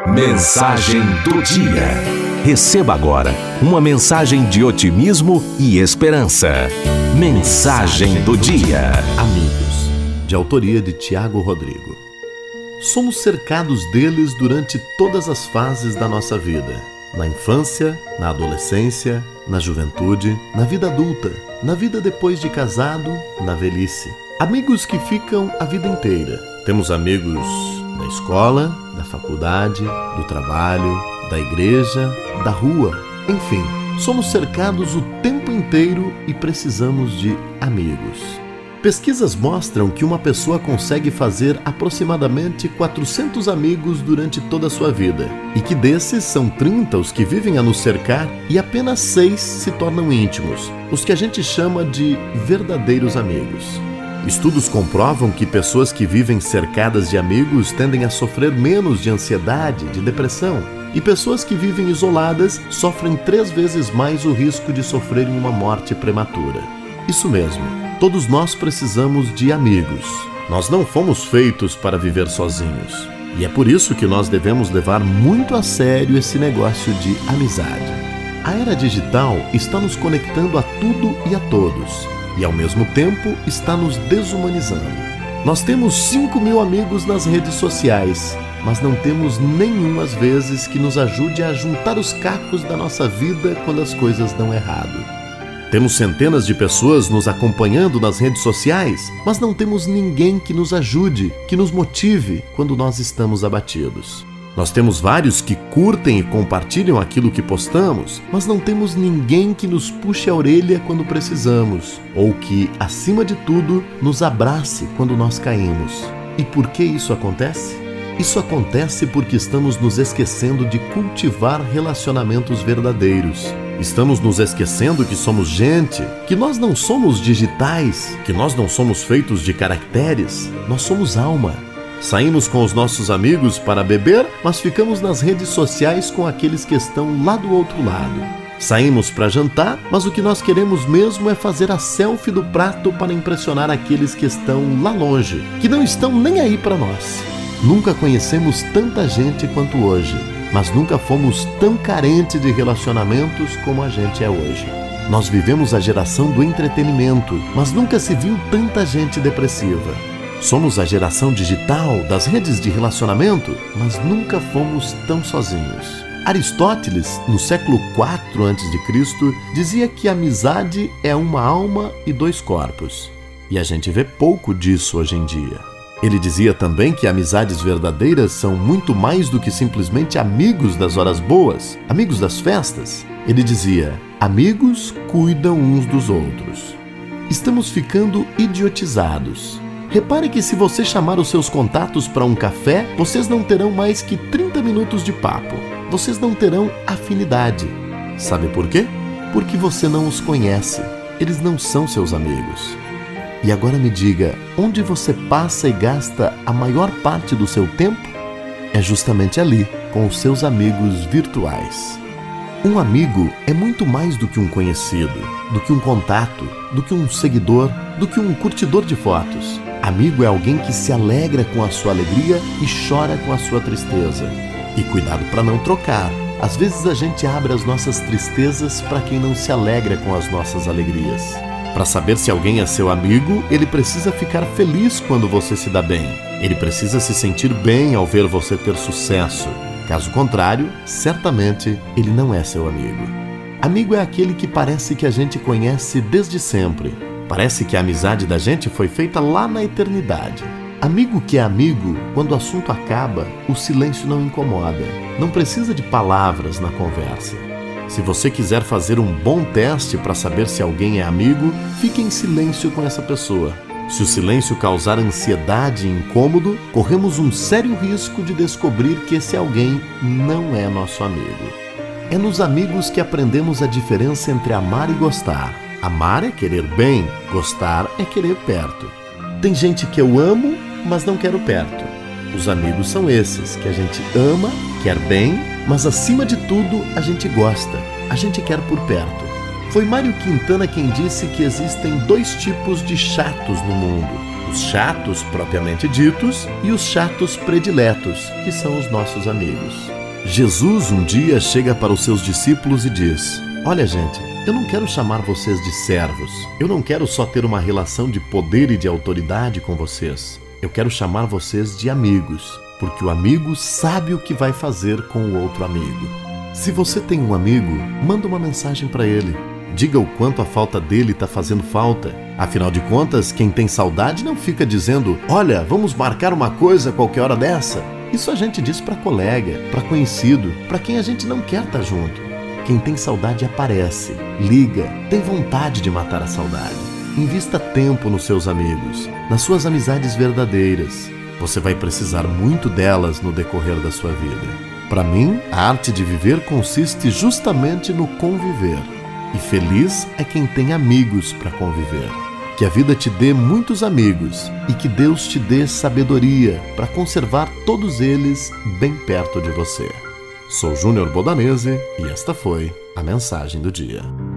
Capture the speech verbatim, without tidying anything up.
Mensagem do dia. Receba agora uma mensagem de otimismo e esperança. Mensagem do dia. Amigos, de autoria de Tiago Rodrigo. Somos cercados deles durante todas as fases da nossa vida. Na infância, na adolescência, na juventude, na vida adulta, na vida depois de casado, na velhice. Amigos que ficam a vida inteira. Temos amigos da escola, da faculdade, do trabalho, da igreja, da rua. Enfim, somos cercados o tempo inteiro e precisamos de amigos. Pesquisas mostram que uma pessoa consegue fazer aproximadamente quatrocentos amigos durante toda a sua vida e que desses são trinta os que vivem a nos cercar e apenas seis se tornam íntimos, os que a gente chama de verdadeiros amigos. Estudos comprovam que pessoas que vivem cercadas de amigos tendem a sofrer menos de ansiedade, de depressão, e pessoas que vivem isoladas sofrem três vezes mais o risco de sofrerem uma morte prematura. Isso mesmo, todos nós precisamos de amigos. Nós não fomos feitos para viver sozinhos, e é por isso que nós devemos levar muito a sério esse negócio de amizade. A era digital está nos conectando a tudo e a todos, e ao mesmo tempo está nos desumanizando. Nós temos cinco mil amigos nas redes sociais, mas não temos nenhum às vezes que nos ajude a juntar os cacos da nossa vida quando as coisas dão errado. Temos centenas de pessoas nos acompanhando nas redes sociais, mas não temos ninguém que nos ajude, que nos motive quando nós estamos abatidos. Nós temos vários que curtem e compartilham aquilo que postamos, mas não temos ninguém que nos puxe a orelha quando precisamos, ou que, acima de tudo, nos abrace quando nós caímos. E por que isso acontece? Isso acontece porque estamos nos esquecendo de cultivar relacionamentos verdadeiros. Estamos nos esquecendo que somos gente, que nós não somos digitais, que nós não somos feitos de caracteres, nós somos alma. Saímos com os nossos amigos para beber, mas ficamos nas redes sociais com aqueles que estão lá do outro lado. Saímos para jantar, mas o que nós queremos mesmo é fazer a selfie do prato para impressionar aqueles que estão lá longe, que não estão nem aí para nós. Nunca conhecemos tanta gente quanto hoje, mas nunca fomos tão carentes de relacionamentos como a gente é hoje. Nós vivemos a geração do entretenimento, mas nunca se viu tanta gente depressiva. Somos a geração digital das redes de relacionamento, mas nunca fomos tão sozinhos. Aristóteles, no século quatro antes de Cristo, dizia que a amizade é uma alma e dois corpos. E a gente vê pouco disso hoje em dia. Ele dizia também que amizades verdadeiras são muito mais do que simplesmente amigos das horas boas, amigos das festas. Ele dizia: amigos cuidam uns dos outros. Estamos ficando idiotizados. Repare que se você chamar os seus contatos para um café, vocês não terão mais que trinta minutos de papo. Vocês não terão afinidade. Sabe por quê? Porque você não os conhece. Eles não são seus amigos. E agora me diga, onde você passa e gasta a maior parte do seu tempo? É justamente ali, com os seus amigos virtuais. Um amigo é muito mais do que um conhecido, do que um contato, do que um seguidor, do que um curtidor de fotos. Amigo é alguém que se alegra com a sua alegria e chora com a sua tristeza. E cuidado para não trocar. Às vezes a gente abre as nossas tristezas para quem não se alegra com as nossas alegrias. Para saber se alguém é seu amigo, ele precisa ficar feliz quando você se dá bem. Ele precisa se sentir bem ao ver você ter sucesso. Caso contrário, certamente ele não é seu amigo. Amigo é aquele que parece que a gente conhece desde sempre. Parece que a amizade da gente foi feita lá na eternidade. Amigo que é amigo, quando o assunto acaba, o silêncio não incomoda. Não precisa de palavras na conversa. Se você quiser fazer um bom teste para saber se alguém é amigo, fique em silêncio com essa pessoa. Se o silêncio causar ansiedade e incômodo, corremos um sério risco de descobrir que esse alguém não é nosso amigo. É nos amigos que aprendemos a diferença entre amar e gostar. Amar é querer bem, gostar é querer perto. Tem gente que eu amo, mas não quero perto. Os amigos são esses, que a gente ama, quer bem, mas acima de tudo a gente gosta, a gente quer por perto. Foi Mário Quintana quem disse que existem dois tipos de chatos no mundo: os chatos propriamente ditos e os chatos prediletos, que são os nossos amigos. Jesus um dia chega para os seus discípulos e diz: olha, gente, eu não quero chamar vocês de servos. Eu não quero só ter uma relação de poder e de autoridade com vocês. Eu quero chamar vocês de amigos, porque o amigo sabe o que vai fazer com o outro amigo. Se você tem um amigo, manda uma mensagem para ele. Diga o quanto a falta dele está fazendo falta. Afinal de contas, quem tem saudade não fica dizendo: olha, vamos marcar uma coisa qualquer hora dessa. Isso a gente diz para colega, para conhecido, para quem a gente não quer estar junto. Quem tem saudade aparece, liga, tem vontade de matar a saudade. Invista tempo nos seus amigos, nas suas amizades verdadeiras. Você vai precisar muito delas no decorrer da sua vida. Para mim, a arte de viver consiste justamente no conviver. E feliz é quem tem amigos para conviver. Que a vida te dê muitos amigos e que Deus te dê sabedoria para conservar todos eles bem perto de você. Sou Júnior Bodanese e esta foi a Mensagem do Dia.